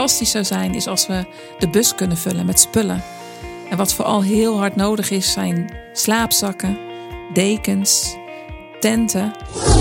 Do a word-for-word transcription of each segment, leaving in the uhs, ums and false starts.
fantastisch zou zijn, is als we de bus kunnen vullen met spullen. En wat vooral heel hard nodig is, zijn slaapzakken, dekens, tenten.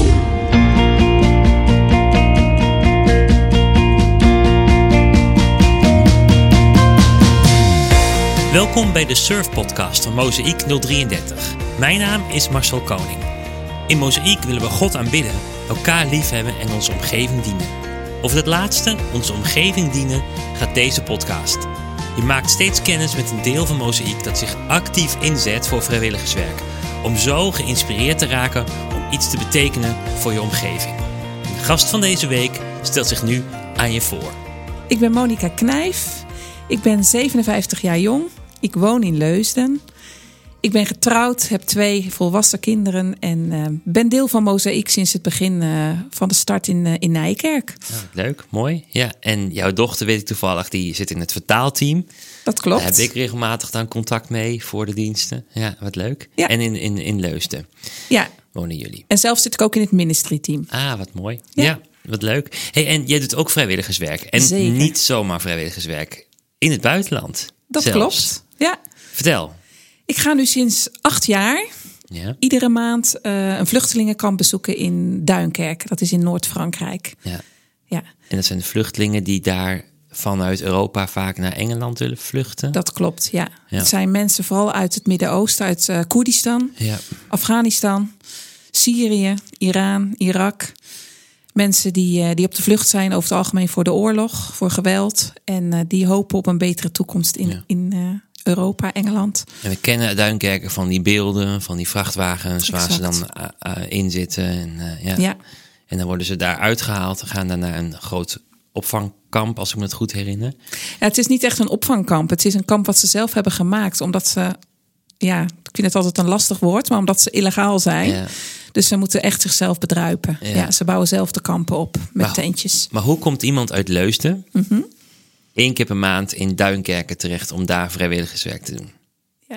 Welkom bij de Surf-podcast van Mozaïek nul drieëndertig. Mijn naam is Marcel Koning. In Mozaïek willen we God aanbidden, elkaar liefhebben en onze omgeving dienen. Over het laatste, onze omgeving dienen, gaat deze podcast. Je maakt steeds kennis met een deel van Mozaïek dat zich actief inzet voor vrijwilligerswerk. Om zo geïnspireerd te raken om iets te betekenen voor je omgeving. De gast van deze week stelt zich nu aan je voor. Ik ben Monica Knijf. Ik ben zevenenvijftig jaar jong. Ik woon in Leusden. Ik ben getrouwd, heb twee volwassen kinderen en uh, ben deel van Mozaïek sinds het begin uh, van de start in, uh, in Nijkerk. Ja, leuk, mooi. Ja, en jouw dochter, weet ik toevallig, die zit in het vertaalteam. Dat klopt. Daar heb ik regelmatig dan contact mee voor de diensten. Ja, wat leuk. Ja. En in, in, in Leusden ja. wonen jullie. En zelf zit ik ook in het ministry team. Ah, wat mooi. Ja, ja wat leuk. Hey, en jij doet ook vrijwilligerswerk. En Zeker. Niet zomaar vrijwilligerswerk. In het buitenland. Dat zelfs. klopt, ja. Vertel. Ik ga nu sinds acht jaar Ja. iedere maand uh, een vluchtelingenkamp bezoeken in Duinkerke. Dat is in Noord-Frankrijk. Ja. Ja. En dat zijn de vluchtelingen die daar vanuit Europa vaak naar Engeland willen vluchten? Dat klopt, ja. Ja. Het zijn mensen vooral uit het Midden-Oosten, uit uh, Koerdistan, Ja. Afghanistan, Syrië, Iran, Irak. Mensen die, uh, die op de vlucht zijn over het algemeen voor de oorlog, voor geweld. En uh, die hopen op een betere toekomst in, Ja. in uh, Europa, Engeland. En we kennen Duinkerke van die beelden, van die vrachtwagens waar Exact. ze dan uh, uh, in zitten. En, uh, ja. Ja. en dan worden ze daar uitgehaald, gaan dan naar een groot opvangkamp, als ik me het goed herinner. Ja, het is niet echt een opvangkamp. Het is een kamp wat ze zelf hebben gemaakt. Omdat ze, ja, ik vind het altijd een lastig woord, maar omdat ze illegaal zijn. Ja. Dus ze moeten echt zichzelf bedruipen. Ja. Ja, ze bouwen zelf de kampen op met Maar- tentjes. Maar hoe komt iemand uit Leusden Mhm. één keer per maand in Duinkerke terecht om daar vrijwilligerswerk te doen? Ja.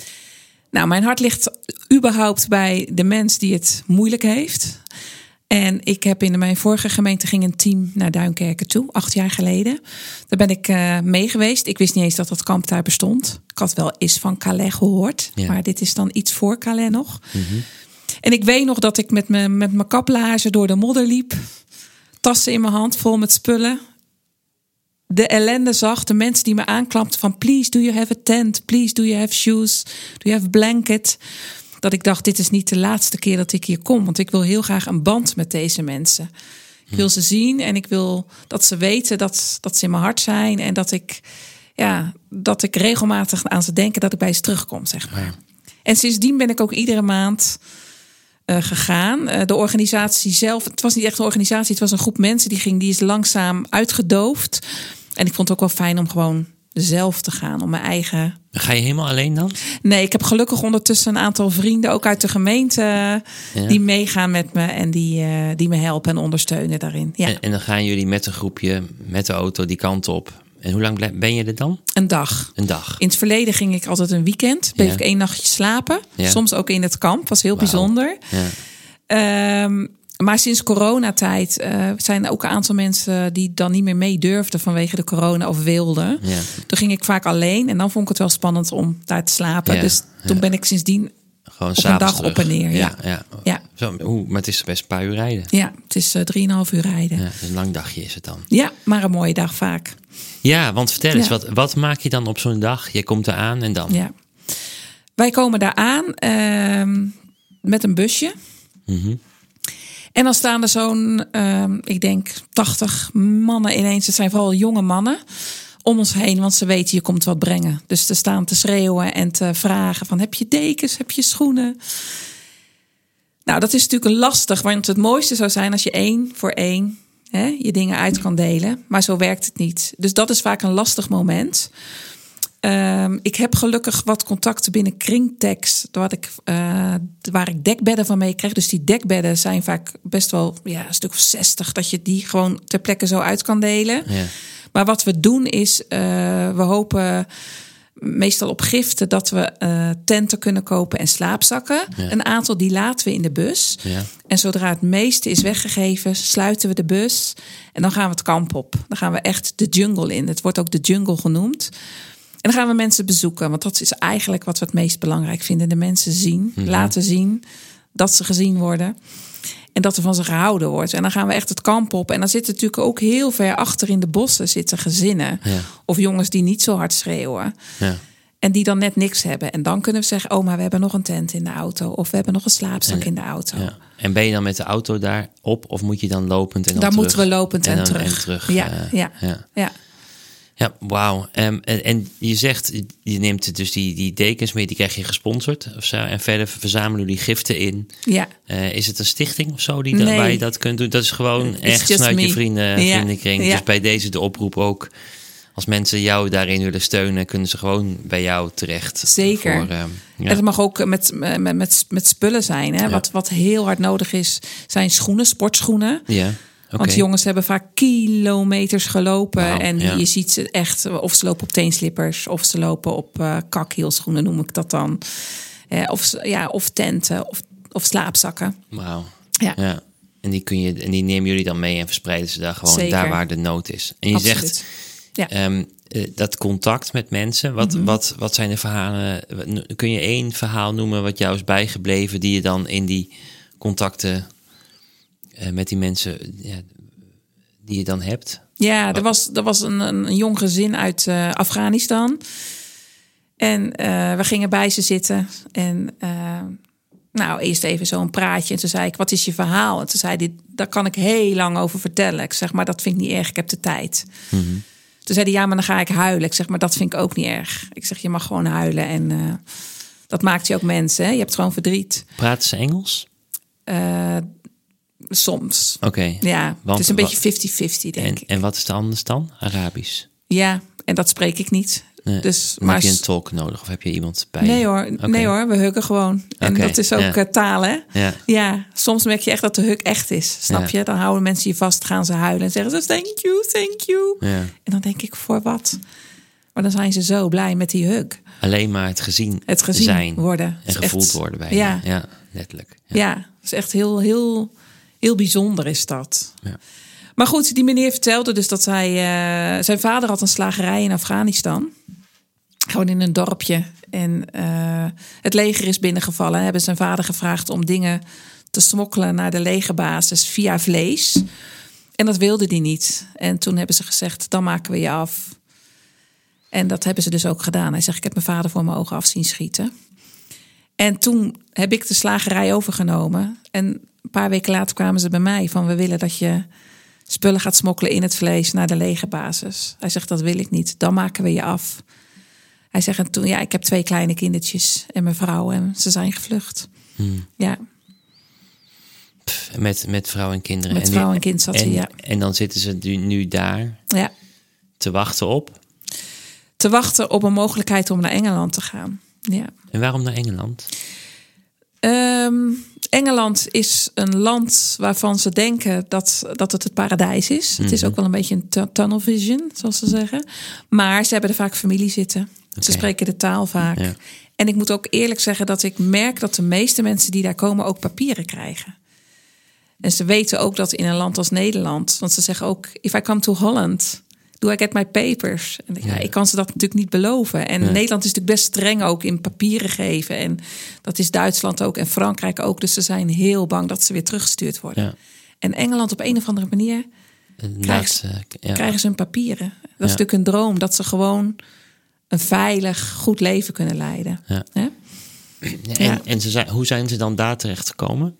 Nou, mijn hart ligt überhaupt bij de mens die het moeilijk heeft. En ik heb in mijn vorige gemeente ging een team naar Duinkerke toe, acht jaar geleden. Daar ben ik uh, mee geweest. Ik wist niet eens dat dat kamp daar bestond. Ik had wel eens van Calais gehoord, Ja. maar dit is dan iets voor Calais nog. Mm-hmm. En ik weet nog dat ik met mijn met mijn kaplaarzen door de modder liep. Tassen in mijn hand, vol met spullen. De ellende zag, de mensen die me aanklampten van... please, do you have a tent? Please, do you have shoes? Do you have a blanket? Dat ik dacht, dit is niet de laatste keer dat ik hier kom. Want ik wil heel graag een band met deze mensen. Ik wil ze zien en ik wil dat ze weten dat, dat ze in mijn hart zijn. En dat ik, ja, dat ik regelmatig aan ze denken dat ik bij ze terugkom, zeg maar. Ja. En sindsdien ben ik ook iedere maand uh, gegaan. Uh, de organisatie zelf, het was niet echt een organisatie, het was een groep mensen die ging, die is langzaam uitgedoofd. En ik vond het ook wel fijn om gewoon zelf te gaan, om mijn eigen... Ga je helemaal alleen dan? Nee, ik heb gelukkig ondertussen een aantal vrienden, ook uit de gemeente, Ja. die meegaan met me en die, uh, die me helpen en ondersteunen daarin. Ja, En, en dan gaan jullie met een groepje, met de auto die kant op. En hoe lang blij- ben je er dan? een dag. Een dag. In het verleden ging ik altijd een weekend. Bleef Ja. ik één nachtje slapen. Ja. Soms ook in het kamp. Was heel Wauw. bijzonder. Ja. Um, maar sinds coronatijd uh, zijn er ook een aantal mensen die dan niet meer mee durfden vanwege de corona of wilden. Ja. Toen ging ik vaak alleen en dan vond ik het wel spannend om daar te slapen. Ja, Dus toen ja. ben ik sindsdien Gewoon op een s'avonds dag terug. op en neer. Ja, Ja, ja. ja. Zo, hoe, maar het is best een paar uur rijden. ja het is uh, drieënhalf uur rijden. Ja, Ja. dus een lang dagje is het dan. maar een mooie dag vaak. Ja, want vertel eens, Ja. wat, wat maak je dan op zo'n dag? Je komt eraan en dan? Ja. Wij komen daar aan uh, met een busje. Mm-hmm. En dan staan er zo'n, uh, ik denk, tachtig mannen ineens. Het zijn vooral jonge mannen om ons heen, want ze weten je komt wat brengen. Dus ze staan te schreeuwen en te vragen van, heb je dekens, heb je schoenen? Nou, dat is natuurlijk lastig, want het mooiste zou zijn als je één voor één hè, je dingen uit kan delen. Maar zo werkt het niet. Dus dat is vaak een lastig moment. Um, ik heb gelukkig wat contacten binnen Kringtex, waar ik, uh, waar ik dekbedden van mee krijg. Dus die dekbedden zijn vaak best wel ja, een stuk of zestig, dat je die gewoon ter plekke zo uit kan delen. Ja. Maar wat we doen is, uh, we hopen meestal op giften dat we uh, tenten kunnen kopen en slaapzakken. Ja. Een aantal die laten we in de bus. Ja. En zodra het meeste is weggegeven, sluiten we de bus. En dan gaan we het kamp op. Dan gaan we echt de jungle in. Het wordt ook de jungle genoemd. En dan gaan we mensen bezoeken. Want dat is eigenlijk wat we het meest belangrijk vinden. De mensen zien, mm-hmm. laten zien. Dat ze gezien worden. En dat er van ze gehouden wordt. En dan gaan we echt het kamp op. En dan zitten natuurlijk ook heel ver achter in de bossen zitten gezinnen. Ja. Of jongens die niet zo hard schreeuwen. Ja. En die dan net niks hebben. En dan kunnen we zeggen, oh, maar we hebben nog een tent in de auto. Of we hebben nog een slaapzak en, in de auto. Ja. En ben je dan met de auto daar op? Of moet je dan lopend en dan Daar terug? moeten we lopend en, en, dan, terug. en terug. Ja, uh, ja, ja. ja. Ja, wauw. Um, en, en je zegt, je neemt dus die, die dekens mee, die krijg je gesponsord of zo. En verder verzamelen jullie giften in. Ja. Uh, is het een stichting of zo die nee. dan, waar je dat kunt doen? Dat is gewoon It's ergens vanuit me. je vrienden, ja. vriendenkring. Ja. Dus bij deze de oproep ook. Als mensen jou daarin willen steunen, kunnen ze gewoon bij jou terecht. Zeker. Voor, uh, ja. En het mag ook met, met, met, met spullen zijn. Hè? Ja. Wat, wat heel hard nodig is, zijn schoenen, sportschoenen. Ja. Okay. Want jongens hebben vaak kilometers gelopen. Wow, en ja. je ziet ze echt, of ze lopen op teenslippers, of ze lopen op uh, kakhielschoenen, noem ik dat dan. Eh, of, ja, of tenten, of, of slaapzakken. Wauw. Ja. ja. En die, kun je, en die nemen jullie dan mee en verspreiden ze daar gewoon Zeker. daar waar de nood is. En je Absoluut. zegt, ja. um, uh, dat contact met mensen, wat, mm-hmm. wat, wat zijn de verhalen? Kun je één verhaal noemen wat jou is bijgebleven, die je dan in die contacten uh, met die mensen, ja, die je dan hebt? Ja, er was, er was een, een jong gezin uit uh, Afghanistan. En uh, we gingen bij ze zitten. En uh, nou, eerst even zo'n praatje. En toen zei ik, wat is je verhaal? En toen zei hij, daar kan ik heel lang over vertellen. Ik zeg, maar dat vind ik niet erg, ik heb de tijd. Mm-hmm. Toen zei hij, ja, maar dan ga ik huilen. Ik zeg, maar dat vind ik ook niet erg. Ik zeg, je mag gewoon huilen. En uh, dat maakt je ook mensen. Hè? Je hebt gewoon verdriet. Praten ze Engels? Uh, soms. Oké. Okay. Ja, Want, het is een wat, beetje fifty-fifty, denk en, ik. En wat is de anders dan? Arabisch? Ja, en dat spreek ik niet. Nee, dus, maar maar heb je een tolk nodig of heb je iemand bij nee je? hoor, Okay. nee hoor, we huggen gewoon. En okay, dat is ook ja. taal, hè? Ja. ja, soms merk je echt dat de hug echt is. Snap ja. je? Dan houden mensen je vast, gaan ze huilen en zeggen ze thank you, thank you. Ja. En dan denk ik, voor wat? Maar dan zijn ze zo blij met die hug. Alleen maar het gezien, het gezien zijn worden. En gevoeld echt, worden bij ja. je. Ja, letterlijk. Ja, ja, het is echt heel, heel, heel bijzonder is dat. Ja. Maar goed, die meneer vertelde dus dat hij... Uh, zijn vader had een slagerij in Afghanistan. Gewoon in een dorpje. En uh, het leger is binnengevallen. En hebben zijn vader gevraagd om dingen te smokkelen naar de legerbasis via vlees. En dat wilde hij niet. En toen hebben ze gezegd, dan maken we je af. En dat hebben ze dus ook gedaan. Hij zegt, ik heb mijn vader voor mijn ogen af zien schieten. En toen heb ik de slagerij overgenomen. En een paar weken later kwamen ze bij mij van, we willen dat je spullen gaat smokkelen in het vlees naar de legerbasis. Hij zegt, dat wil ik niet. Dan maken we je af. Hij zegt, en toen, ja, ik heb twee kleine kindertjes en mijn vrouw en ze zijn gevlucht. Hmm. Ja. Pff, met, met vrouw en kinderen. Met en vrouw die, en kind zat en, ze, ja. En dan zitten ze nu, nu daar ja. te wachten op? Te wachten op een mogelijkheid om naar Engeland te gaan. Ja. En waarom naar Engeland? Um, Engeland is een land waarvan ze denken dat, dat het het paradijs is. Mm-hmm. Het is ook wel een beetje een t- tunnel vision, zoals ze zeggen. Maar ze hebben er vaak familie zitten. Okay. Ze spreken de taal vaak. Ja. En ik moet ook eerlijk zeggen dat ik merk dat de meeste mensen die daar komen ook papieren krijgen. En ze weten ook dat in een land als Nederland, want ze zeggen ook, if I come to Holland, do I get my papers? En ja, ja. ik kan ze dat natuurlijk niet beloven. En ja. Nederland is natuurlijk best streng ook in papieren geven. En dat is Duitsland ook en Frankrijk ook. Dus ze zijn heel bang dat ze weer teruggestuurd worden. Ja. En Engeland op een of andere manier krijgen ze, ja. krijgen ze hun papieren. Dat is ja. natuurlijk een droom, dat ze gewoon een veilig, goed leven kunnen leiden. Ja. Ja? Ja, en ja. en ze zijn, hoe zijn ze dan daar terecht gekomen?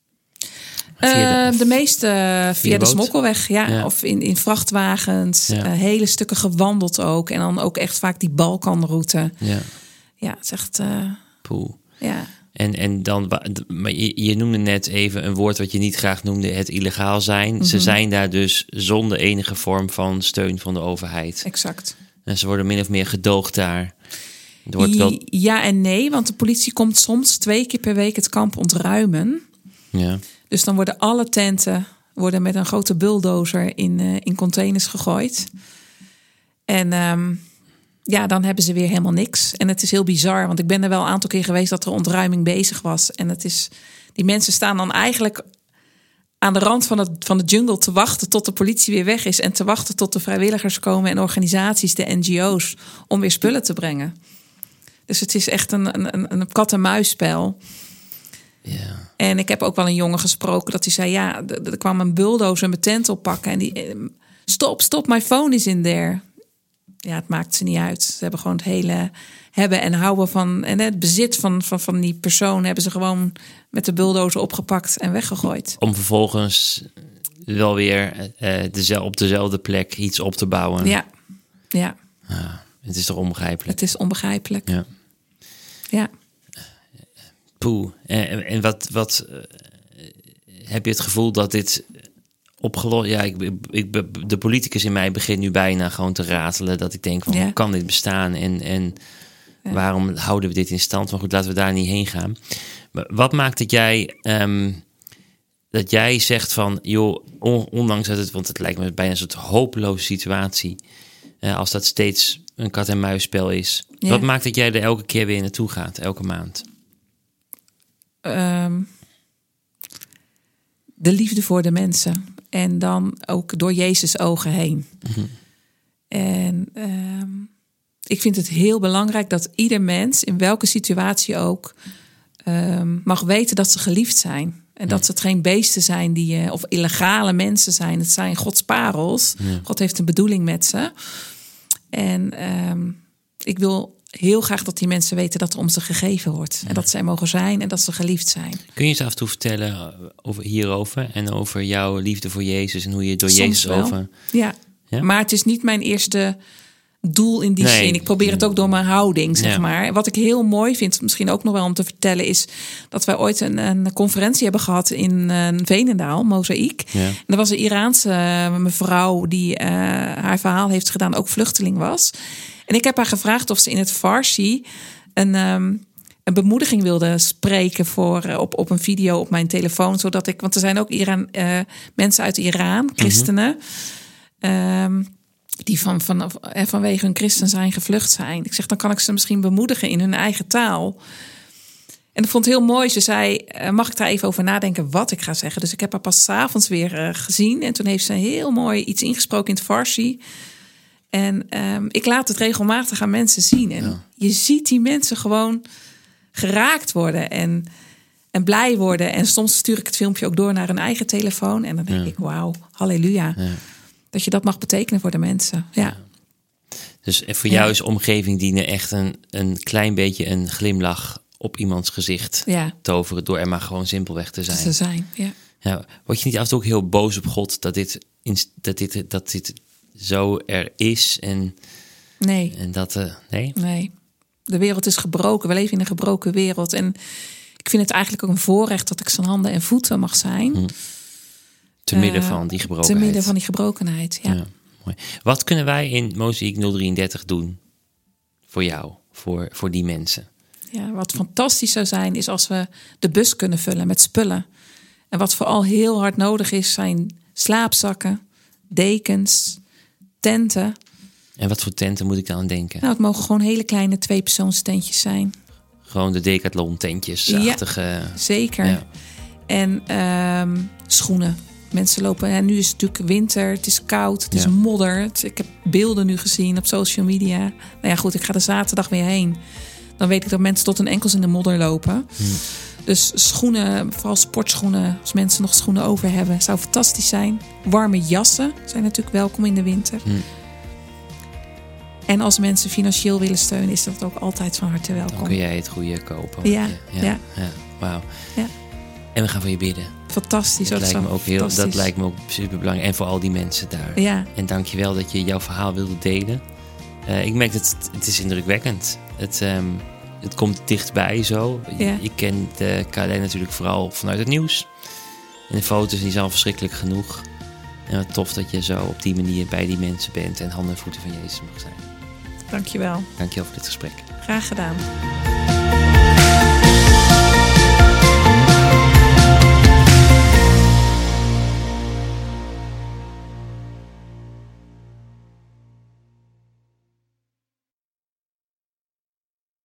De, uh, de meeste via, via de, de smokkelweg, ja. ja. Of in, in vrachtwagens. Ja. Uh, hele stukken gewandeld ook. En dan ook echt vaak die Balkanroute. Ja, ja het is echt... Uh, Poeh. Ja. En, en dan, maar je, je noemde net even een woord wat je niet graag noemde, het illegaal zijn. Mm-hmm. Ze zijn daar dus zonder enige vorm van steun van de overheid. Exact. En ze worden min of meer gedoogd daar. Er wordt wel... Ja en nee, want de politie komt soms twee keer per week het kamp ontruimen. Ja. Dus dan worden alle tenten worden met een grote bulldozer in, uh, in containers gegooid. En um, ja, dan hebben ze weer helemaal niks. En het is heel bizar, want ik ben er wel een aantal keer geweest dat er ontruiming bezig was. En het is, die mensen staan dan eigenlijk aan de rand van, het, van de jungle te wachten tot de politie weer weg is. En te wachten tot de vrijwilligers komen en organisaties, de N G O's, om weer spullen te brengen. Dus het is echt een, een, een kat-en-muisspel. Ja. En ik heb ook wel een jongen gesproken dat hij zei, ja, er, er kwam een bulldozer mijn tent oppakken. En die, stop, stop, my phone is in there. Ja, het maakt ze niet uit. Ze hebben gewoon het hele hebben en houden van... en het bezit van, van, van die persoon hebben ze gewoon met de bulldozer opgepakt en weggegooid. Om vervolgens wel weer uh, dezelfde, op dezelfde plek iets op te bouwen. Ja, ja. Ah, het is toch onbegrijpelijk? Het is onbegrijpelijk. Ja. Ja. Poeh. En, en wat, wat uh, heb je het gevoel dat dit opgelost... Ja, ik, ik, de politicus in mij begint nu bijna gewoon te ratelen. Dat ik denk, van, ja. hoe kan dit bestaan? En, en ja. waarom houden we dit in stand? Maar goed, laten we daar niet heen gaan. Maar wat maakt dat jij... Um, dat jij zegt van... joh, on, ondanks dat het... want het lijkt me bijna een soort hopeloze situatie... Uh, als dat steeds een kat-en-muisspel is. Ja. Wat maakt dat jij er elke keer weer naartoe gaat, elke maand? Um, de liefde voor de mensen. En dan ook door Jezus' ogen heen. Mm-hmm. En um, ik vind het heel belangrijk dat ieder mens, in welke situatie ook, um, mag weten dat ze geliefd zijn. En dat het geen beesten zijn die, uh, of illegale mensen zijn. Het zijn Gods parels. Ja. God heeft een bedoeling met ze. En um, ik wil heel graag dat die mensen weten dat er om ze gegeven wordt. Ja. En dat zij mogen zijn en dat ze geliefd zijn. Kun je eens af en toe vertellen over hierover en over jouw liefde voor Jezus en hoe je door Soms Jezus wel. over... Ja. ja, maar het is niet mijn eerste doel in die nee. zin. Ik probeer het ook door mijn houding, zeg ja. maar. Wat ik heel mooi vind, misschien ook nog wel om te vertellen, is dat wij ooit een, een conferentie hebben gehad in uh, Veenendaal, Mozaïek. Ja. En er was een Iraanse uh, mevrouw die uh, haar verhaal heeft gedaan, ook vluchteling was. En ik heb haar gevraagd of ze in het Farsi een, um, een bemoediging wilde spreken voor, uh, op, op een video op mijn telefoon. Zodat ik, want er zijn ook Iran, uh, mensen uit Iran, christenen, mm-hmm. um, die van, van, vanwege hun christen zijn gevlucht zijn. Ik zeg, dan kan ik ze misschien bemoedigen in hun eigen taal. En ik vond het heel mooi. Ze zei, uh, mag ik daar even over nadenken wat ik ga zeggen? Dus ik heb haar pas 's avonds weer uh, gezien. En toen heeft ze heel mooi iets ingesproken in het Farsi. En um, ik laat het regelmatig aan mensen zien. En ja. je ziet die mensen gewoon geraakt worden en, en blij worden. En soms stuur ik het filmpje ook door naar hun eigen telefoon. En dan denk ja. ik, wauw, halleluja. Ja. Dat je dat mag betekenen voor de mensen. Ja. ja. Dus voor jou ja. is omgeving dienen echt een, een klein beetje een glimlach op iemands gezicht ja. toveren. Door er maar gewoon simpelweg te zijn. Te zijn, ja. ja. Word je niet af en toe ook heel boos op God dat dit, dat dit, dat dit zo er is? En, nee. En dat, uh, nee? Nee. De wereld is gebroken. We leven in een gebroken wereld. En ik vind het eigenlijk ook een voorrecht dat ik zijn handen en voeten mag zijn. Hm. Te midden uh, van die gebrokenheid. Te midden van die gebrokenheid, ja. ja mooi. Wat kunnen wij in Mozaïek nul drieëndertig doen voor jou, voor, voor die mensen? Ja, wat fantastisch zou zijn is als we de bus kunnen vullen met spullen. En wat vooral heel hard nodig is, zijn slaapzakken, dekens, tenten. En wat voor tenten moet ik dan aan denken? Nou, het mogen gewoon hele kleine tweepersoonstentjes zijn. Gewoon de Decathlon tentjes. Ja, achtige... zeker. Ja. En um, schoenen. Mensen lopen, en nu is het natuurlijk winter, het is koud, het is ja. modder. Het, ik heb beelden nu gezien op social media. Nou ja, goed, ik ga er zaterdag weer heen. Dan weet ik dat mensen tot hun enkels in de modder lopen. Hmm. Dus schoenen, vooral sportschoenen, als mensen nog schoenen over hebben, zou fantastisch zijn. Warme jassen zijn natuurlijk welkom in de winter. Hmm. En als mensen financieel willen steunen, is dat ook altijd van harte welkom. Dan kun jij het goede kopen. Ja, ja. ja. ja. Wauw. Ja. En we gaan voor je bidden. Fantastisch. Dat, dat, lijkt me ook heel, dat lijkt me ook super belangrijk. En voor al die mensen daar. Ja. En dank je wel dat je jouw verhaal wilde delen. Uh, ik merk dat het, het is indrukwekkend. Het, um, het komt dichtbij zo. Ja. Je, je kent de K L natuurlijk vooral vanuit het nieuws. En de foto's die zijn al verschrikkelijk genoeg. En wat tof dat je zo op die manier bij die mensen bent. En handen en voeten van Jezus mag zijn. Dank je wel. Dank je wel voor dit gesprek. Graag gedaan.